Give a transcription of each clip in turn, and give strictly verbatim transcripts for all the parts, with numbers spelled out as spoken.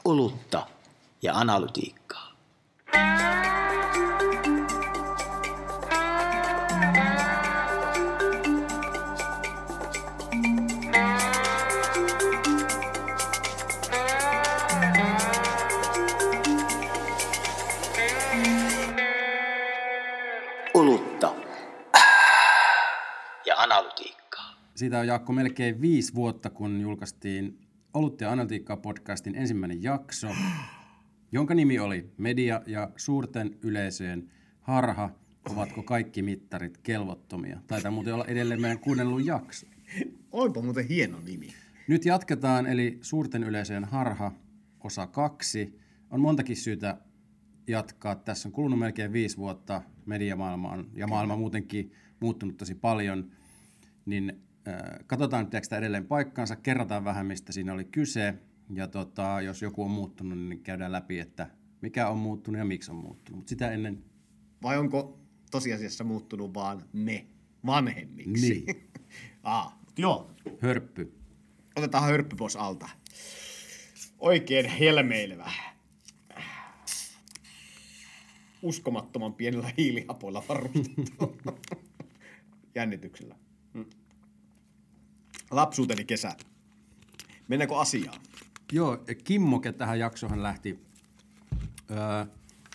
olutta ja analytiikkaa. Olutta ja analytiikkaa. Siitä on, Jaakko, melkein viisi vuotta, kun julkaistiin Olutta ja analytiikkaa podcastin ensimmäinen jakso, jonka nimi oli Media ja suurten yleisöjen harha. Ovatko kaikki mittarit kelvottomia? Taitaa muuten olla edelleen meidän kuunnellun jakso. Oipa muuten hieno nimi. Nyt jatketaan, eli suurten yleisöjen harha, osa kaksi. On montakin syytä jatkaa. Tässä on kulunut melkein viisi vuotta, mediamaailma on, ja maailma muutenkin muuttunut tosi paljon, niin äh, katsotaan, pitääkö sitä edelleen paikkaansa, kerrataan vähän, mistä siinä oli kyse, ja tota, jos joku on muuttunut, niin käydään läpi, että mikä on muuttunut ja miksi on muuttunut. Mut sitä ennen... Vai onko tosiasiassa muuttunut vaan me vanhemmiksi? Niin. ah, joo. Hörppy. Otetaan hörppy pois alta. Oikein helmeilevä. Uskomattoman pienillä hiilihapoilla varustettu. Jännityksellä. Hmm. Lapsuuteni kesä. Mennäänkö asiaan? Joo, Kimmoke tähän jaksohan lähti öö,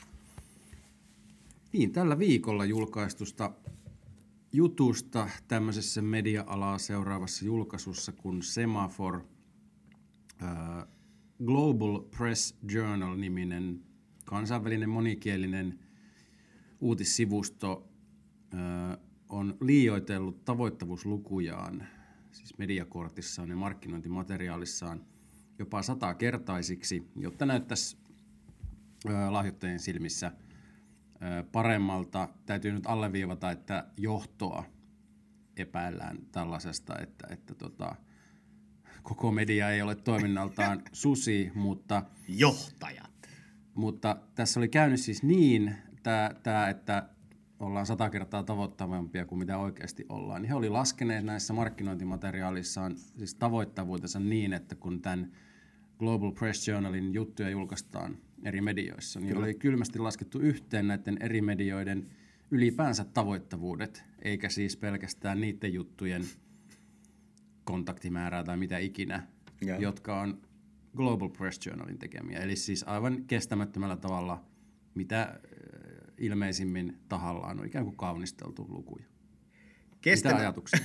niin, tällä viikolla julkaistusta jutusta tämmöisessä media-alaa seuraavassa julkaisussa kuin Semafor öö, Global Press Journal-niminen kansainvälinen monikielinen uutissivusto öö, on liioitellut tavoittavuuslukujaan, siis mediakortissaan ja markkinointimateriaalissaan jopa satakertaisiksi, jotta näyttäisi öö, lahjoittajien silmissä öö, paremmalta. Täytyy nyt alleviivata, että johtoa epäillään tällaisesta, että, että tota, koko media ei ole toiminnaltaan susi, mutta... Johtajat. Mutta tässä oli käynyt siis niin, tää, tää, että ollaan sata kertaa tavoittavampia kuin mitä oikeasti ollaan. Niin he oli laskeneet näissä markkinointimateriaalissaan siis tavoittavuutensa niin, että kun tämän Global Press Journalin juttuja julkaistaan eri medioissa, niin Kyllä. oli kylmästi laskettu yhteen näiden eri medioiden ylipäänsä tavoittavuudet, eikä siis pelkästään niiden juttujen kontaktimäärää tai mitä ikinä, ja. jotka on Global Press Journalin tekemiä. Eli siis aivan kestämättömällä tavalla, mitä ilmeisimmin tahallaan on ikään kuin kaunisteltu lukuja. Kestämä... Mitä ajatuksia?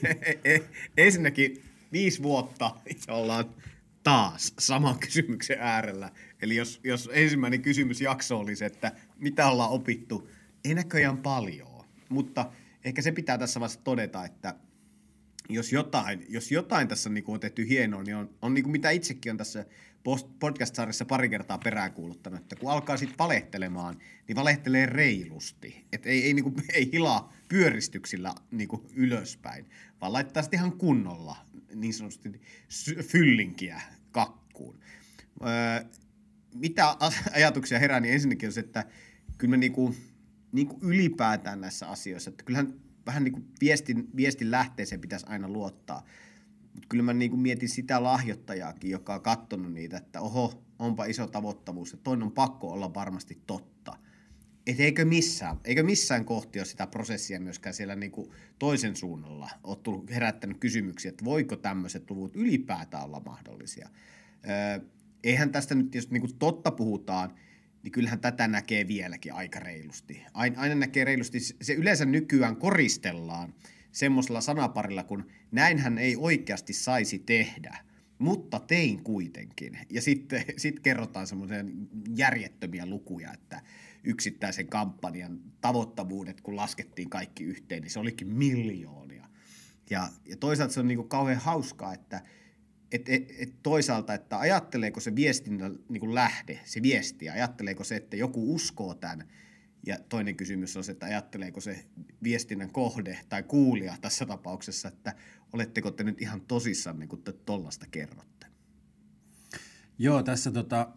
Ensinnäkin viisi vuotta ollaan taas saman kysymyksen äärellä. Eli jos, jos ensimmäinen kysymysjakso oli se, että mitä ollaan opittu, ei näköjään paljon. Mutta ehkä se pitää tässä vaiheessa todeta, että jos jotain, jos jotain tässä on, niin kuin on tehty hienoa, niin on, on niin kuin mitä itsekin on tässä podcast-sarjassa pari kertaa peräänkuuluttanut, että kun alkaa sitten valehtelemaan, niin valehtelee reilusti. Että ei, ei, niin kuin, ei hilaa pyöristyksillä niin kuin ylöspäin, vaan laittaa sitten ihan kunnolla niin sanotusti fyllinkiä kakkuun. Öö, mitä ajatuksia herää, niin ensinnäkin on se, että kyllä me niin kuin, niin kuin ylipäätään näissä asioissa, että kyllähän vähän niin kuin viestin, viestin lähteeseen pitäisi aina luottaa. Mutta kyllä mä niin kuin mietin sitä lahjoittajaakin, joka on katsonut niitä, että oho, onpa iso tavoittavuus, ja toinen on pakko olla varmasti totta. Et eikö missään, eikö missään kohti ole sitä prosessia myöskään siellä niin kuin toisen suunnalla ole tullut herättänyt kysymyksiä, että voiko tämmöiset luvut ylipäätään olla mahdollisia. Öö, eihän tästä nyt, jos niin kuin totta puhutaan, niin kyllähän tätä näkee vieläkin aika reilusti. Aina näkee reilusti, se yleensä nykyään koristellaan semmoisella sanaparilla, kun näinhän ei oikeasti saisi tehdä, mutta tein kuitenkin. Ja sitten sit kerrotaan semmoisia järjettömiä lukuja, että yksittäisen kampanjan tavoittavuudet, kun laskettiin kaikki yhteen, niin se olikin miljoonia. Ja, ja toisaalta se on niinku kauhean hauskaa, että et, et, et toisaalta, että ajatteleeko se viestinnän niinku lähde, se viesti, ajatteleeko se, että joku uskoo tämän, ja toinen kysymys on se, että ajatteleeko se viestinnän kohde tai kuulija tässä tapauksessa, että oletteko te nyt ihan tosissanne, kun te tollasta kerrotte? Joo, tässä tota,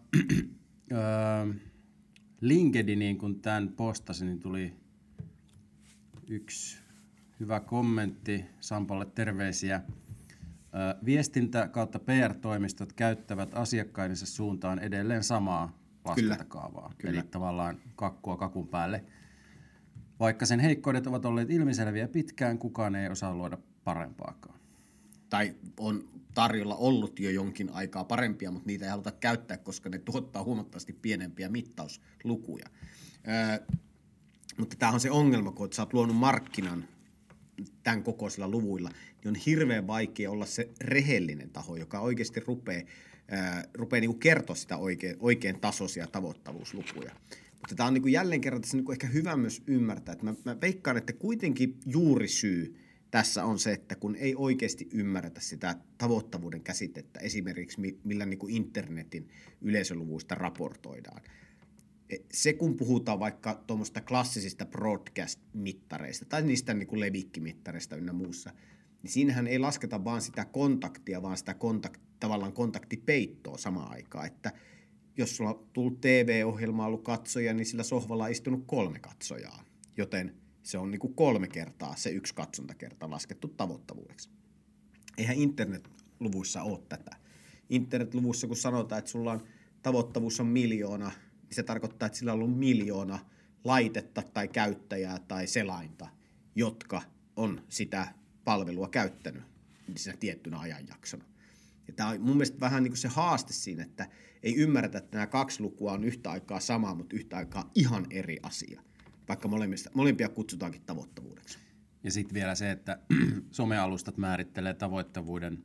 äh, LinkedIniin, kun tämän postasin, niin tuli yksi hyvä kommentti Sampalle, terveisiä. Viestintä kautta P R-toimistot käyttävät asiakkaidensa suuntaan edelleen samaa laskentakaavaa. Kyllä. Eli tavallaan kakkua kakun päälle. Vaikka sen heikkoudet ovat olleet ilmiselviä pitkään, kukaan ei osaa luoda parempaakaan. Tai on tarjolla ollut jo jonkin aikaa parempia, mutta niitä ei haluta käyttää, koska ne tuottaa huomattavasti pienempiä mittauslukuja. Öö, mutta tämä on se ongelma, kun sä oot luonut markkinan tämän kokoisilla luvuilla, niin on hirveän vaikea olla se rehellinen taho, joka oikeasti rupeaa, ää, rupeaa niinku kertoa sitä oikein, oikein tasoisia tavoittavuuslukuja. Mutta tämä on niinku jälleen kerran tässä niinku ehkä hyvä myös ymmärtää, että mä, mä veikkaan, että kuitenkin juurisyy tässä on se, että kun ei oikeasti ymmärretä sitä tavoittavuuden käsitettä, esimerkiksi millä niinku internetin yleisöluvuista raportoidaan. Se, kun puhutaan vaikka tuommoista klassisista broadcast-mittareista tai niistä niin kuin levikkimittareista ynnä muussa, niin siinähän ei lasketa vaan sitä kontaktia, vaan sitä kontakt, tavallaan kontaktipeittoa samaan aikaan. Että jos sulla on tullut T V-ohjelma ollut katsoja, niin sillä sohvalla on istunut kolme katsojaa, joten se on niin kuin kolme kertaa se yksi katsontakerta laskettu tavoittavuudeksi. Eihän internetluvuissa ole tätä. Internetluvuissa, kun sanotaan, että sulla on tavoittavuus on miljoona, se tarkoittaa, että sillä on ollut miljoona laitetta tai käyttäjää tai selainta, jotka on sitä palvelua käyttänyt siinä tiettynä ajanjaksona. Ja tämä on mun mielestä vähän niin kuin se haaste siinä, että ei ymmärretä, että nämä kaksi lukua on yhtä aikaa sama, mutta yhtä aikaa ihan eri asia, vaikka molempia kutsutaankin tavoittavuudeksi. Ja sitten vielä se, että somealustat määrittelee tavoittavuuden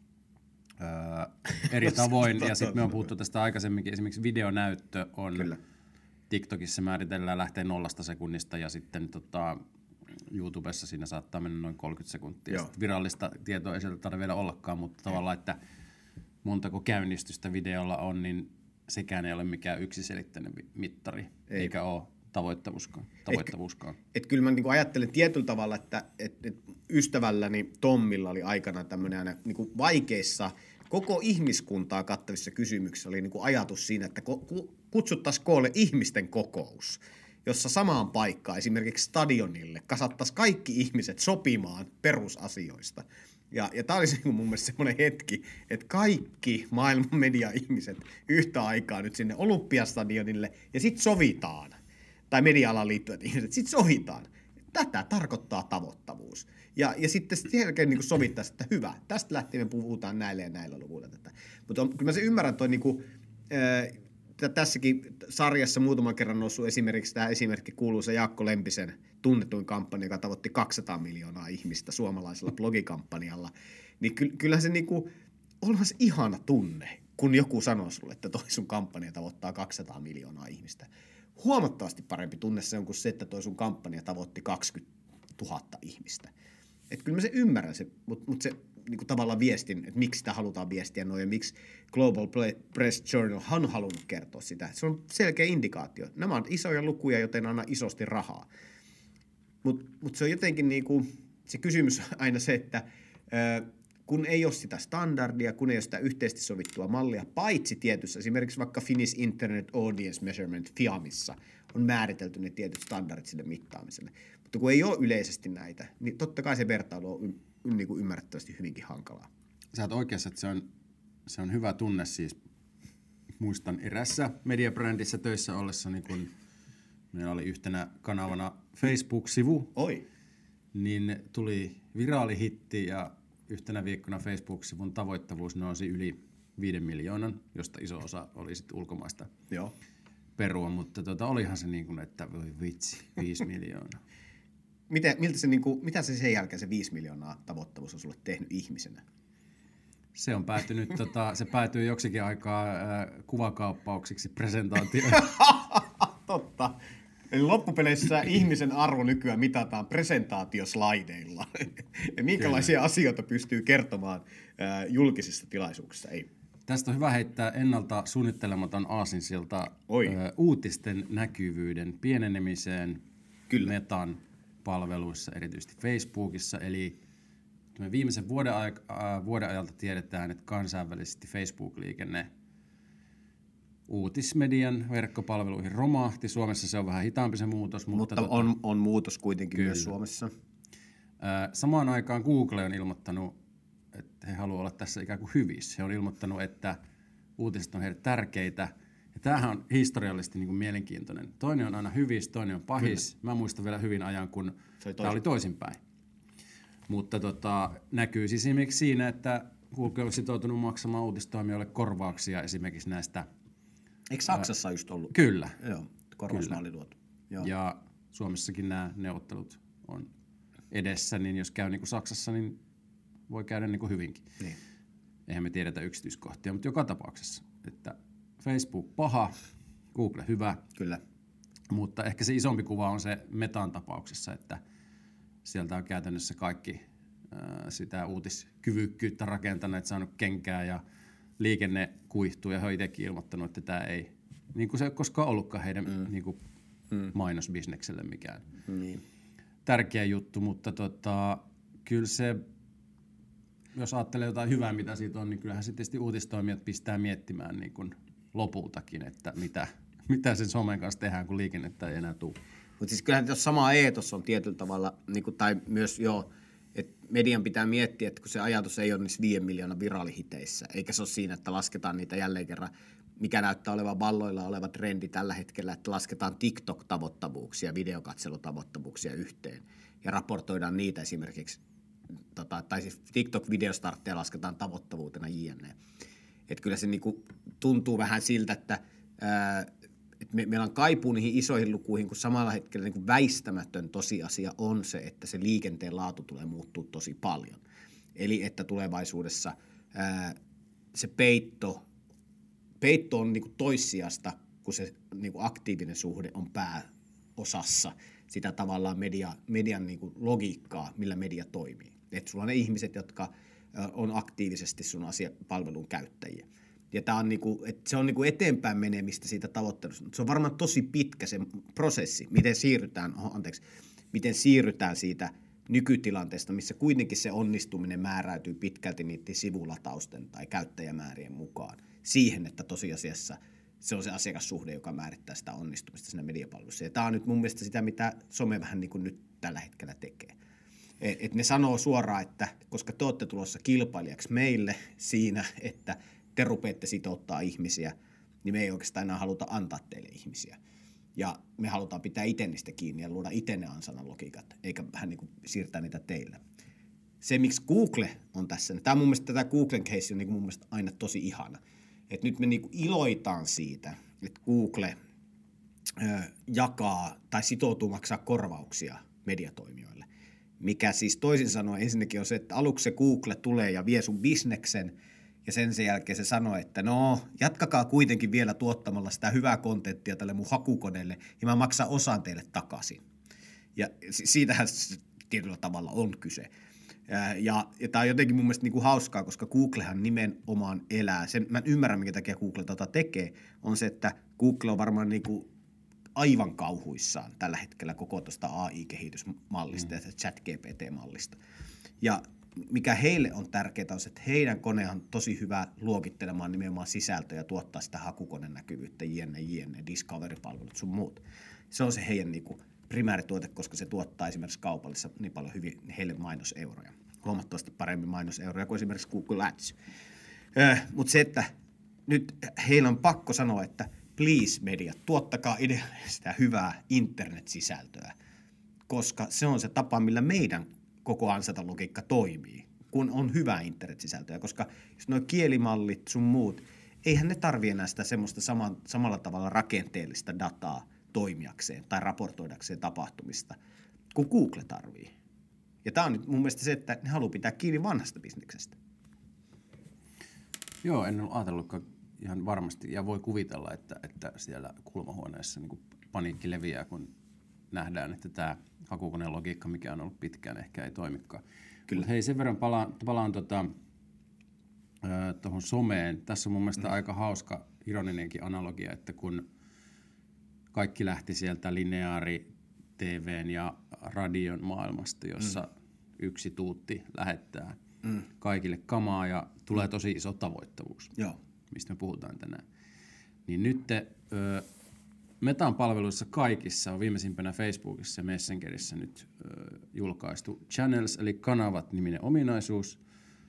Öö, eri tavoin, ja sitten me on puhuttu tästä aikaisemminkin, esimerkiksi videonäyttö on Kyllä. TikTokissa määritellään lähtee nollasta sekunnista, ja sitten tota, YouTubessa siinä saattaa mennä noin kolmekymmentä sekuntia. Virallista tietoa ei sieltä tarvitse vielä ollakaan, mutta ei. Tavallaan, että montako käynnistystä videolla on, niin sekään ei ole mikään yksiselitteinen mittari, ei. Eikä ole tavoittavuuskaan. tavoittavuuskaan. Et, et kyllä mä niinku ajattelen tietyllä tavalla, että et, et ystävälläni Tommilla oli aikana tämmöinen aina niinku vaikeissa, koko ihmiskuntaa kattavissa kysymyksissä oli niinku ajatus siinä, että kutsuttaisiin koolle ihmisten kokous, jossa samaan paikkaan, esimerkiksi stadionille, kasattaisiin kaikki ihmiset sopimaan perusasioista. Ja, ja tämä olisi mun mielestä semmoinen hetki, että kaikki maailman media-ihmiset yhtä aikaa nyt sinne Olympiastadionille ja sitten sovitaan. Tai media-alaan liittyvät ihmiset, sitten sovitaan. Tätä tarkoittaa tavoittavuus. Ja, ja sitten sen jälkeen niin sovittaisiin, että hyvä, tästä lähtien me puhutaan näillä ja näillä luvuilla tätä. Mutta on, kyllä mä se ymmärrän, että niin kuin, ää, tässäkin sarjassa muutaman kerran noussut esimerkiksi tämä esimerkki kuuluisa Jaakko Lempisen tunnetuin kampanja, joka tavoitti kaksisataa miljoonaa ihmistä suomalaisella blogikampanjalla. Niin ky, kyllähän se niin kuin, onhan se ihana tunne, kun joku sanoo sulle, että toi sun kampanja tavoittaa kaksisataa miljoonaa ihmistä. Huomattavasti parempi tunne se on kuin se, että toi sun kampanja tavoitti kaksikymmentätuhatta ihmistä. Että kyllä mä se ymmärrän, se, mutta mut se niinku tavallaan viestin, että miksi sitä halutaan viestiä noin ja miksi Global Press Journal on halunnut kertoa sitä. Se on selkeä indikaatio. Nämä on isoja lukuja, joten anna isosti rahaa. Mutta mut se on jotenkin niinku, se kysymys aina se, että ää, kun ei ole sitä standardia, kun ei ole sitä yhteisesti sovittua mallia, paitsi tietyssä, esimerkiksi vaikka Finnish Internet Audience Measurement FIAMissa on määritelty ne tietyt standardit sille mittaamiselle. Mutta kun ei ole yleisesti näitä, niin totta kai se vertailu on y- y- niin kuin ymmärrettävästi hyvinkin hankalaa. Sä oot oikeassa, että se on, se on hyvä tunne siis. Muistan erässä mediabrändissä töissä ollessa, niin kun meillä oli yhtenä kanavana Facebook-sivu, Oi. niin tuli viraalihitti ja yhtenä viikkona Facebook-sivun tavoittavuus nousi yli viiden miljoonan, josta iso osa oli sitten ulkomaista Joo. perua, mutta tota, olihan se niin kuin, että voi vitsi, viisi miljoonaa. Miten, miltä se, niin kuin, mitä se sen jälkeen se viisi miljoonaa tavoittavuus on sulle tehnyt ihmisenä? Se on päätynyt, tota, se päätyy joksikin aikaa äh, kuvakaappauksiksi presentaatioon. Totta. Eli loppupeleissä ihmisen arvo nykyään mitataan presentaatioslaideilla. Ja minkälaisia Kyllä. asioita pystyy kertomaan ää, julkisissa tilaisuuksissa? Ei. Tästä on hyvä heittää ennalta suunnittelematon aasinsilta ää, uutisten näkyvyyden pienenemiseen Kyllä. Metan palveluissa, erityisesti Facebookissa. Eli me viimeisen vuoden, aik- äh, vuoden ajalta tiedetään, että kansainvälisesti Facebook-liikenne uutismedian verkkopalveluihin romahti. Suomessa se on vähän hitaampi se muutos. Mutta, mutta tota, on, on muutos kuitenkin kyllä. myös Suomessa. Samaan aikaan Google on ilmoittanut, että he haluavat olla tässä ikään kuin hyvissä. He on ilmoittanut, että uutiset on heille tärkeitä. Ja tämähän on historiallisesti niin kuin mielenkiintoinen. Toinen on aina hyvissä, toinen on pahis. Kyllä. Mä muistan vielä hyvin ajan, kun oli tämä oli toisinpäin. Mutta tota, näkyy siis esimerkiksi siinä, että Google on sitoutunut maksamaan uutistoimijoille korvauksia esimerkiksi näistä. Eikö Saksassa ää, just ollut? Kyllä. Joo, korvausmalli luotu. Joo. Ja Suomessakin nämä neuvottelut on edessä, niin jos käy niin kuin Saksassa, niin voi käydä niin kuin hyvinkin. Niin. Eihän me tiedetä yksityiskohtia, mutta joka tapauksessa, että Facebook paha, Google hyvä. Kyllä. Mutta ehkä se isompi kuva on se Metan tapauksessa, että sieltä on käytännössä kaikki ää, sitä uutiskyvykkyyttä rakentaneet, saanut kenkää ja liikenne kuihtuu ja he on itsekin ilmoittanut, että tämä ei, niin kuin se ei ole koskaan ollutkaan heidän mm. niin kuin mm. mainosbisnekselle mikään mm. tärkeä juttu, mutta tota, kyllä se, jos ajattelee jotain hyvää, mitä siitä on, niin kyllähän sitten tietysti uutistoimijat pistää miettimään niin kuin lopultakin, että mitä, mitä sen somen kanssa tehdään, kun liikennettä ei enää tule. Mutta siis kyllähän jos sama eetos on tietyllä tavalla, niin kuin, tai myös joo, että median pitää miettiä, että kun se ajatus ei ole niissä viiden miljoonan virallihiteissä, eikä se ole siinä, että lasketaan niitä jälleen kerran, mikä näyttää olevan valloilla oleva trendi tällä hetkellä, että lasketaan TikTok-tavoittavuuksia, videokatselutavoittavuuksia yhteen ja raportoidaan niitä esimerkiksi, tota, tai siis TikTok-videostartteja lasketaan tavoittavuutena jne. Että kyllä se niinku tuntuu vähän siltä, että ää, et me, meillä on kaipuu niihin isoihin lukuihin, kun samalla hetkellä niin kuin väistämätön tosiasia on se, että se liikenteen laatu tulee muuttua tosi paljon. Eli että tulevaisuudessa ää, se peitto, peitto on niin kuin toissijasta, kun se niin kuin aktiivinen suhde on pääosassa sitä tavallaan media, median niin kuin logiikkaa, millä media toimii. Että sulla on ne ihmiset, jotka ää, on aktiivisesti sun asiapalvelun käyttäjiä. Ja tämä on niinku, että se on niinku eteenpäin menemistä siitä tavoittelusta. Se on varmaan tosi pitkä se prosessi, miten siirrytään, oh, anteeksi, miten siirrytään siitä nykytilanteesta, missä kuitenkin se onnistuminen määräytyy pitkälti niiden sivulatausten tai käyttäjämäärien mukaan siihen, että tosiasiassa se on se asiakassuhde, joka määrittää sitä onnistumista siinä mediapalvelussa. Ja tämä on nyt mun mielestä sitä, mitä some vähän niin kuin nyt tällä hetkellä tekee. Et, et ne sanoo suoraan, että koska te olette tulossa kilpailijaksi meille siinä, että te rupeatte sitouttaa ihmisiä, niin me ei oikeastaan enää haluta antaa teille ihmisiä. Ja me halutaan pitää itse niistä kiinni ja luoda itse ne ansanan logiikat, eikä vähän niin kuin siirtää niitä teille. Se, miksi Google on tässä, tämä on mun mielestä, tätä Googlen case on niin kuin mun mielestä aina tosi ihana. Että nyt me niin kuin iloitaan siitä, että Google ö, jakaa tai sitoutuu maksaa korvauksia mediatoimijoille. Mikä siis toisin sanoen ensinnäkin on se, että aluksi se Google tulee ja vie sun bisneksen, ja sen, sen jälkeen se sanoi, että no, jatkakaa kuitenkin vielä tuottamalla sitä hyvää kontenttia tälle mun hakukoneelle, ja mä maksan osan teille takaisin. Ja siitähän tietyllä tavalla on kyse. Ja, ja, ja tämä on jotenkin mun mielestä niinku hauskaa, koska Googlehan nimenomaan elää. Sen, mä en ymmärrä, minkä takia Google tota tekee, on se, että Google on varmaan niinku aivan kauhuissaan tällä hetkellä koko tuosta A I-kehitysmallista mm. ja chat G P T-mallista. Ja mikä heille on tärkeää on se, että heidän kone on tosi hyvä luokittelemaan nimenomaan sisältöä ja tuottaa sitä hakukoneen näkyvyyttä, jne, jne, Discovery-palvelut sun muut. Se on se heidän niin kuin primäärituote, koska se tuottaa esimerkiksi kaupallissa niin paljon hyvin heille mainoseuroja. Huomattavasti paremmin mainoseuroja kuin esimerkiksi Google Ads. Öö, Mutta se, että nyt heillä on pakko sanoa, että please media, tuottakaa sitä hyvää internet-sisältöä, koska se on se tapa, millä meidän koko ansatalogiikka toimii, kun on hyvää internet-sisältöä, koska jos nuo kielimallit sun muut, eihän ne tarvitse enää sitä semmoista saman, samalla tavalla rakenteellista dataa toimijakseen tai raportoidakseen tapahtumista, kuin Google tarvii. Ja tämä on nyt mun mielestä se, että ne haluaa pitää kiinni vanhasta bisneksestä. Joo, en ole ajatellutkaan ihan varmasti, ja voi kuvitella, että, että siellä kulmahuoneessa niin kuin paniikki leviää, kun nähdään, että tämä hakukoneen logiikka, mikä on ollut pitkään, ehkä ei toimikaan. Kyllä. Mut hei, sen verran palaan, palaan tota, tuohon someen. Tässä on mun mielestä mm. aika hauska, ironinenkin analogia, että kun kaikki lähti sieltä lineaari T V:n ja radion maailmasta, jossa mm. yksi tuutti lähettää mm. kaikille kamaa ja tulee tosi iso tavoittavuus, Joo. mistä me puhutaan tänään. Niin nyt te, ö, Metan palveluissa kaikissa on viimeisimpänä Facebookissa ja Messengerissä nyt ö, julkaistu channels, eli kanavat niminen ominaisuus,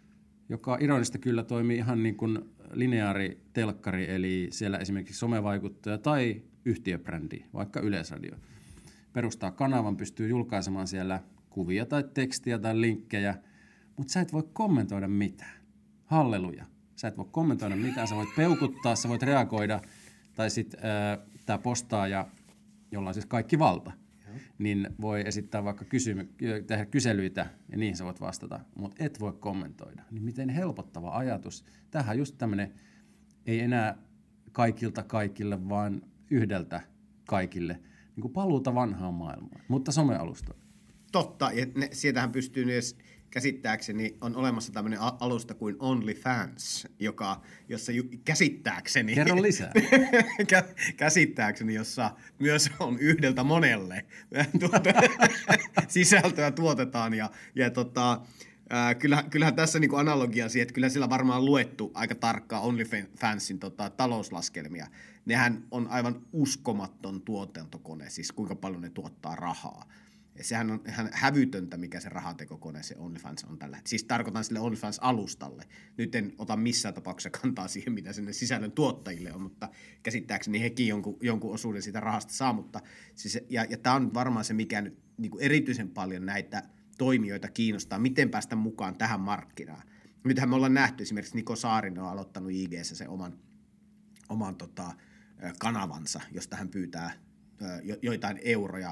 joka ironista kyllä toimii ihan niin kuin lineaaritelkkari, eli siellä esimerkiksi somevaikuttaja tai yhtiöbrändi, vaikka Yleisradio. Perustaa kanavan, pystyy julkaisemaan siellä kuvia tai tekstiä tai linkkejä, mutta sä et voi kommentoida mitään. Halleluja. Sä et voi kommentoida mitään, sä voit peukuttaa, sä voit reagoida, tai sitten äh, tämä postaaja, jolla on siis kaikki valta, Joo. niin voi esittää vaikka kysymy- tehdä kyselyitä, ja niihin sä voit vastata, mutta et voi kommentoida. Niin miten helpottava ajatus. Tämähän on just tämmöinen, ei enää kaikilta kaikille, vaan yhdeltä kaikille, niin kuin paluuta vanhaan maailmaan, mutta somealusta. Totta, ja ne, sieltähän pystyy myös käsittääkseni, on olemassa tämmöinen alusta kuin OnlyFans, joka, jossa ju, käsittääkseni... Kerro lisää. käsittääkseni, jossa myös on yhdeltä monelle tuota, sisältöä tuotetaan, ja, ja tota, ää, kyllähän, kyllähän tässä niinku analogia siihen, että kyllä sillä varmaan luettu aika tarkkaan OnlyFansin tota, talouslaskelmia. Nehän on aivan uskomaton tuotantokone, siis kuinka paljon ne tuottaa rahaa. Ja sehän on ihan hävytöntä, mikä se rahatekokone se OnlyFans on tällä. Siis tarkoitan sille OnlyFans-alustalle. Nyt en ota missään tapauksessa kantaa siihen, mitä sinne sisällön tuottajille on, mutta käsittääkseni hekin jonkun, jonkun osuuden siitä rahasta saa. Mutta siis, ja, ja tämä on varmaan se, mikä nyt niin kuin erityisen paljon näitä toimijoita kiinnostaa, miten päästä mukaan tähän markkinaan. Nythän me ollaan nähty, esimerkiksi Niko Saarinen on aloittanut I G:ssä se oman, oman tota, kanavansa, josta hän pyytää jo, joitain euroja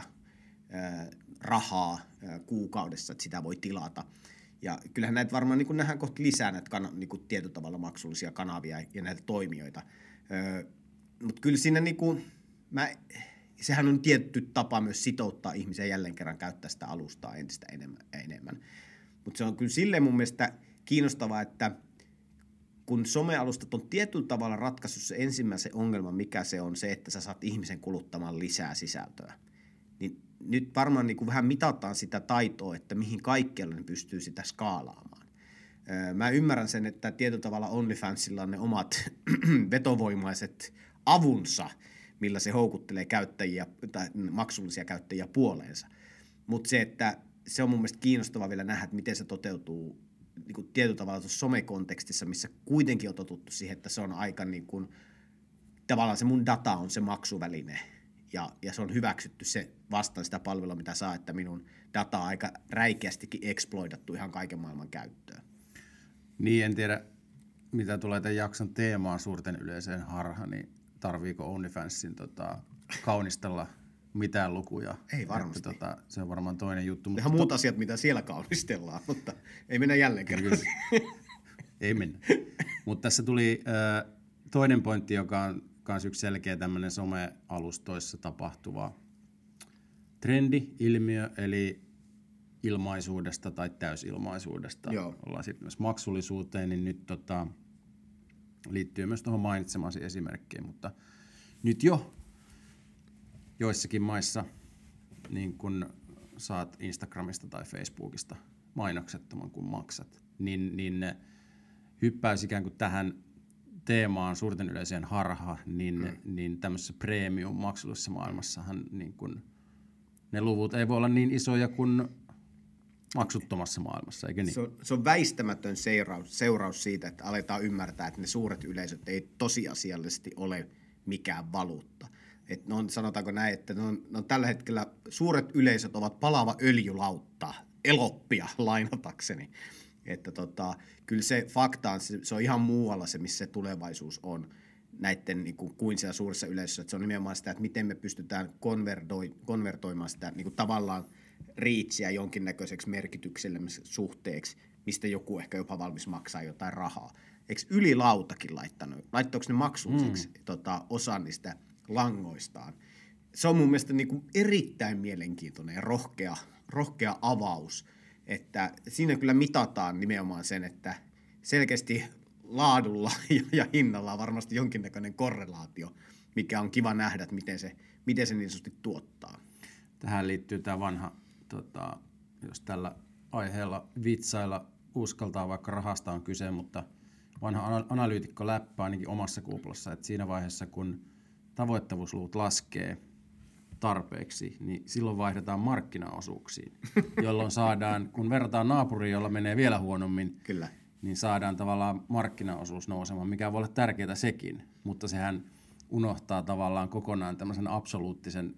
rahaa kuukaudessa, että sitä voi tilata. Ja kyllähän näitä varmaan niin kuin nähdään kohta lisää näitä kana- niin kuin tietyllä tavalla maksullisia kanavia ja näitä toimijoita. Öö, mutta kyllä siinä niin kuin, mä, sehän on tietty tapa myös sitouttaa ihmisiä jälleen kerran käyttää sitä alustaa entistä enemmän. enemmän. Mutta se on kyllä silleen mun mielestä kiinnostavaa, että kun somealustat on tietyllä tavalla ratkaissut se ensimmäisen ongelman, mikä se on se, että sä saat ihmisen kuluttamaan lisää sisältöä, niin nyt varmaan niin kuin vähän mitataan sitä taitoa, että mihin kaikkialle ne pystyy sitä skaalaamaan. Mä ymmärrän sen, että tietyllä tavalla OnlyFansilla on ne omat vetovoimaiset avunsa, millä se houkuttelee käyttäjiä tai maksullisia käyttäjiä puoleensa. Mutta se, että se on mun mielestä kiinnostavaa vielä nähdä, että miten se toteutuu niin kuin tietyllä tavalla tuossa somekontekstissa, missä kuitenkin on totuttu siihen, että se on aika niin kuin, tavallaan se mun data on se maksuväline. Ja, ja se on hyväksytty se vastaan sitä palvelua, mitä saa, että minun data on aika räikeästikin exploidattu ihan kaiken maailman käyttöön. Niin, en tiedä, mitä tulee tämän jakson teemaan suurten yleiseen harha, niin tarviiko OnlyFansin tota, kaunistella mitään lukuja? Ei varmasti. Että, tota, se on varmaan toinen juttu. Ihan muut tot... asiat, mitä siellä kaunistellaan, mutta ei mennä jälleen kerran. Ei mennä. Mutta tässä tuli äh, toinen pointti, joka on myös yksi selkeä tämmöinen some-alustoissa tapahtuva trendi, ilmiö, eli ilmaisuudesta tai täysilmaisuudesta. Joo. Ollaan sitten myös maksullisuuteen, niin nyt tota, liittyy myös tuohon mainitsemasi esimerkkiin, mutta nyt jo joissakin maissa niin kun saat Instagramista tai Facebookista mainoksettoman, kun maksat, niin, niin ne hyppäisi ikään kuin tähän teemaan suurten yleiseen harha, niin, mm. niin tämmöisessä premium-maksullisessa maailmassahan niin kun, ne luvut ei voi olla niin isoja kuin maksuttomassa maailmassa, eikö niin? Se on, se on väistämätön seuraus, seuraus siitä, että aletaan ymmärtää, että ne suuret yleisöt ei tosiasiallisesti ole mikään valuutta. Et ne on, sanotaanko näin, että ne on, ne on tällä hetkellä suuret yleisöt ovat palava öljylautta, eloppia lainatakseni. Että tota, kyllä se fakta on, se, se on ihan muualla se, missä se tulevaisuus on näiden niin kuin, kuin siellä suurissa yleisössä. Että se on nimenomaan sitä, että miten me pystytään konvertoimaan sitä niin kuin, tavallaan reachia jonkinnäköiseksi merkitykselliseksi suhteeksi, mistä joku ehkä jopa valmis maksaa jotain rahaa. Eikö Ylilautakin laittanut? Laittoiko ne maksulliseksi mm. tota, osan niistä langoistaan? Se on mun mielestä niin kuin erittäin mielenkiintoinen ja rohkea, rohkea avaus, että siinä kyllä mitataan nimenomaan sen, että selkeästi laadulla ja hinnalla on varmasti jonkinnäköinen korrelaatio, mikä on kiva nähdä, että miten se, miten se niin sanotusti tuottaa. Tähän liittyy tämä vanha, tota, jos tällä aiheella vitsailla uskaltaa, vaikka rahasta on kyse, mutta vanha analyytikko läppä ainakin omassa kuplassa, että siinä vaiheessa, kun tavoittavuusluvut laskee tarpeeksi, niin silloin vaihdetaan markkinaosuuksiin, jolloin saadaan, kun verrataan naapuriin, jolla menee vielä huonommin, Kyllä. niin saadaan tavallaan markkinaosuus nousemaan, mikä voi olla tärkeää sekin, mutta sehän unohtaa tavallaan kokonaan tämmöisen absoluuttisen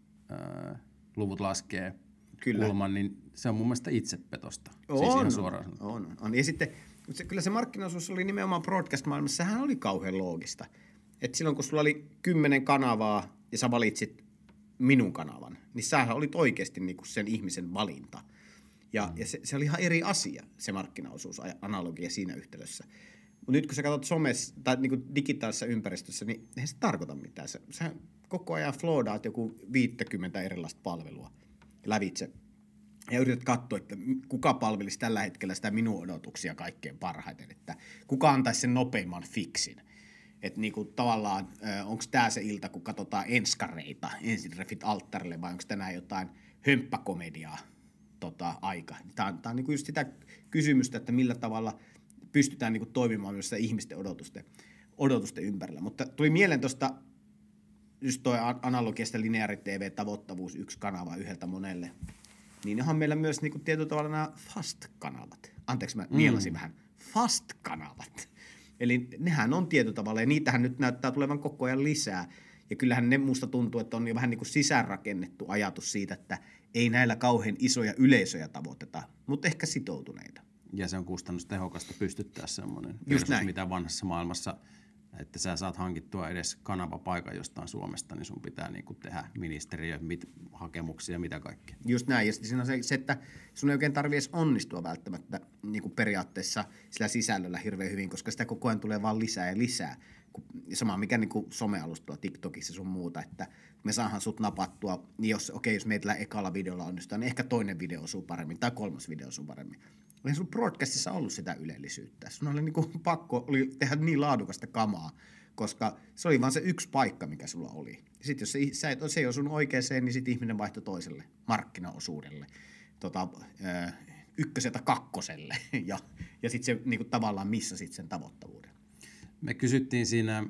äh, luvut laskee Kyllä. kulman, niin se on mun mielestä itsepetosta. On, siis ihan suoraan on, on, on. Ja sitten se, kyllä se markkinaosuus oli nimenomaan broadcast-maailmassa, sehän oli kauhean loogista. Et silloin kun sulla oli kymmenen kanavaa ja sä valitsit minun kanavan, niin sähän olit oikeasti niinku sen ihmisen valinta. Ja, mm. ja se, se oli ihan eri asia, se markkinaosuus, analogia siinä yhtälössä. Mutta nyt kun sä katsot somessa tai niinku digitaalisessa ympäristössä, niin eihän se tarkoita mitään. Sä, sä koko ajan floodaat joku viisikymmentä erilaista palvelua lävitse. Ja yrität katsoa, että kuka palvelisi tällä hetkellä sitä minun odotuksia kaikkein parhaiten. Että kuka antaisi sen nopeimman fiksin. Että niinku tavallaan, onko tämä se ilta, kun katsotaan enskareita, ensin refit alttarille, vai onko tänään jotain hömppäkomediaa tota, aika. Tämä on, tää on niinku just sitä kysymystä, että millä tavalla pystytään niinku toimimaan myös ihmisten odotusten, odotusten ympärillä. Mutta tuli mieleen tuosta just tuo analogiasta lineaari T V, tavoittavuus, yksi kanava yhdeltä monelle. Niin onhan meillä myös niinku tietyllä tavalla nämä fast-kanavat. Anteeksi, mä nielasin mm. vähän. Fast-kanavat. Eli nehän on tietyllä tavalla, ja niitähän nyt näyttää tulevan koko ajan lisää. Ja kyllähän ne musta tuntuu, että on jo vähän niin kuin sisäänrakennettu ajatus siitä, että ei näillä kauhean isoja yleisöjä tavoiteta, mutta ehkä sitoutuneita. Ja se on kustannustehokasta pystyttää semmoinen, just näin. Mitä vanhassa maailmassa, että sä saat hankittua edes kanavapaikan jostain Suomesta, niin sun pitää niinku tehdä ministeriö, mit, hakemuksia, mitä kaikkea. Just näin, ja siinä on se, se, että sun ei oikein tarvitse edes onnistua välttämättä niin kuin periaatteessa sillä sisällöllä hirveän hyvin, koska sitä koko ajan tulee vaan lisää ja lisää. Sama mikä niin kuin somealustalla, TikTokissa sun muuta, että me saadaan sut napattua, niin jos, okei, jos meillä ekalla videolla onnistuu, niin ehkä toinen video osuu paremmin tai kolmas video osuu paremmin. Eihän sun broadcastissa ollut sitä ylellisyyttä. Sun oli niin kuin pakko oli tehdä niin laadukasta kamaa, koska se oli vaan se yksi paikka, mikä sulla oli. Sitten jos se, sä et, se ei osunut oikeeseen, niin sitten ihminen vaihtoi toiselle markkinaosuudelle, tota, ö, ykköseltä kakkoselle, ja, ja sitten se niin kuin tavallaan missasit sen tavoittavuuden. Me kysyttiin siinä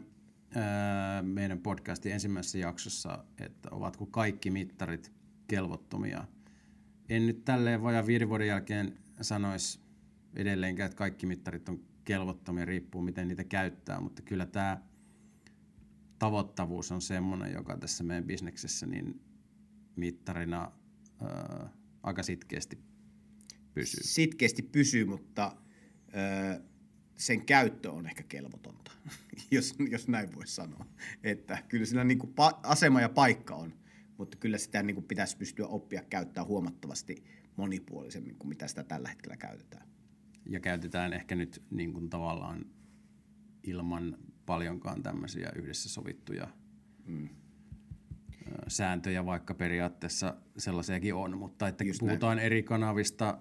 ää, meidän podcastin ensimmäisessä jaksossa, että ovatko kaikki mittarit kelvottomia. En nyt tälleen vajaan viiden vuoden jälkeen sanoisi edelleenkään, että kaikki mittarit on kelvottomia, riippuu miten niitä käyttää, mutta kyllä tämä tavoittavuus on semmoinen, joka tässä meidän bisneksessä niin mittarina ää, aika sitkeästi pysyy. Sitkeästi pysyy, mutta Öö, sen käyttö on ehkä kelvotonta, jos, jos näin voisi sanoa. Että kyllä siinä niin kuin pa- asema ja paikka on, mutta kyllä sitä niin kuin pitäisi pystyä oppia käyttää huomattavasti monipuolisemmin kuin mitä sitä tällä hetkellä käytetään. Ja käytetään ehkä nyt niin kuin tavallaan ilman paljonkaan tämmöisiä yhdessä sovittuja mm. sääntöjä, vaikka periaatteessa sellaisiakin on, mutta että Just puhutaan näin. eri kanavista,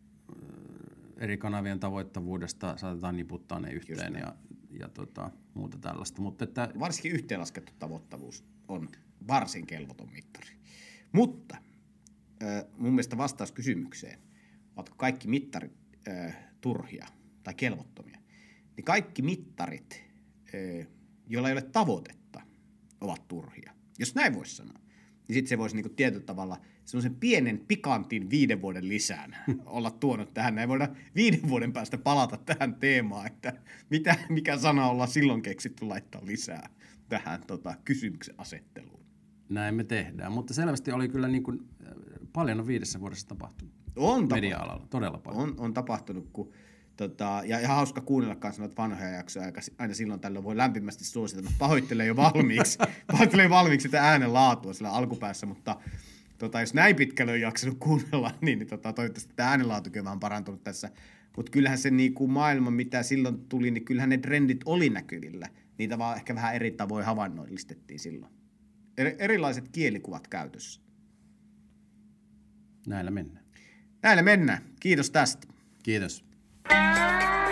eri kanavien tavoittavuudesta, saatetaan niputtaa ne yhteen ja, ja tota, muuta tällaista. Mutta että varsinkin yhteenlaskettu tavoittavuus on varsin kelvoton mittari. Mutta äh, mun mielestä vastaus kysymykseen, ovatko kaikki mittarit äh, turhia tai kelvottomia, niin kaikki mittarit, äh, joilla ei ole tavoitetta, ovat turhia. Jos näin voisi sanoa, niin sitten se voisi niinku tietyllä tavalla semmoisen pienen pikantin viiden vuoden lisään olla tuonut tähän. Näin voidaan viiden vuoden päästä palata tähän teemaan, että mitä, mikä sana ollaan silloin keksitty laittaa lisää tähän tota, kysymyksen asetteluun. näin me tehdään, mutta selvästi oli kyllä niin kuin, paljon on viidessä vuodessa tapahtunut. On media-alalla, todella paljon. On, on tapahtunut, kun, tota, ja ihan hauska kuunnella kanssa noita vanhoja jaksoja, aina silloin tällöin voi lämpimästi suositella. Pahoittelen jo valmiiksi, pahoittelen valmiiksi sitä äänen laatua sillä alkupäässä, mutta tota, jos näin pitkälle on jaksanut kuunnella, niin, niin tota, toivottavasti tämä äänenlaatukin on vähän parantunut tässä. Mutta kyllähän se niinku maailma, mitä silloin tuli, niin kyllähän ne trendit oli näkyvillä. Niitä vaan ehkä vähän eri tavoin havainnollistettiin silloin. Er, erilaiset kielikuvat käytössä. Näillä mennään. Näillä mennään. Kiitos tästä. Kiitos.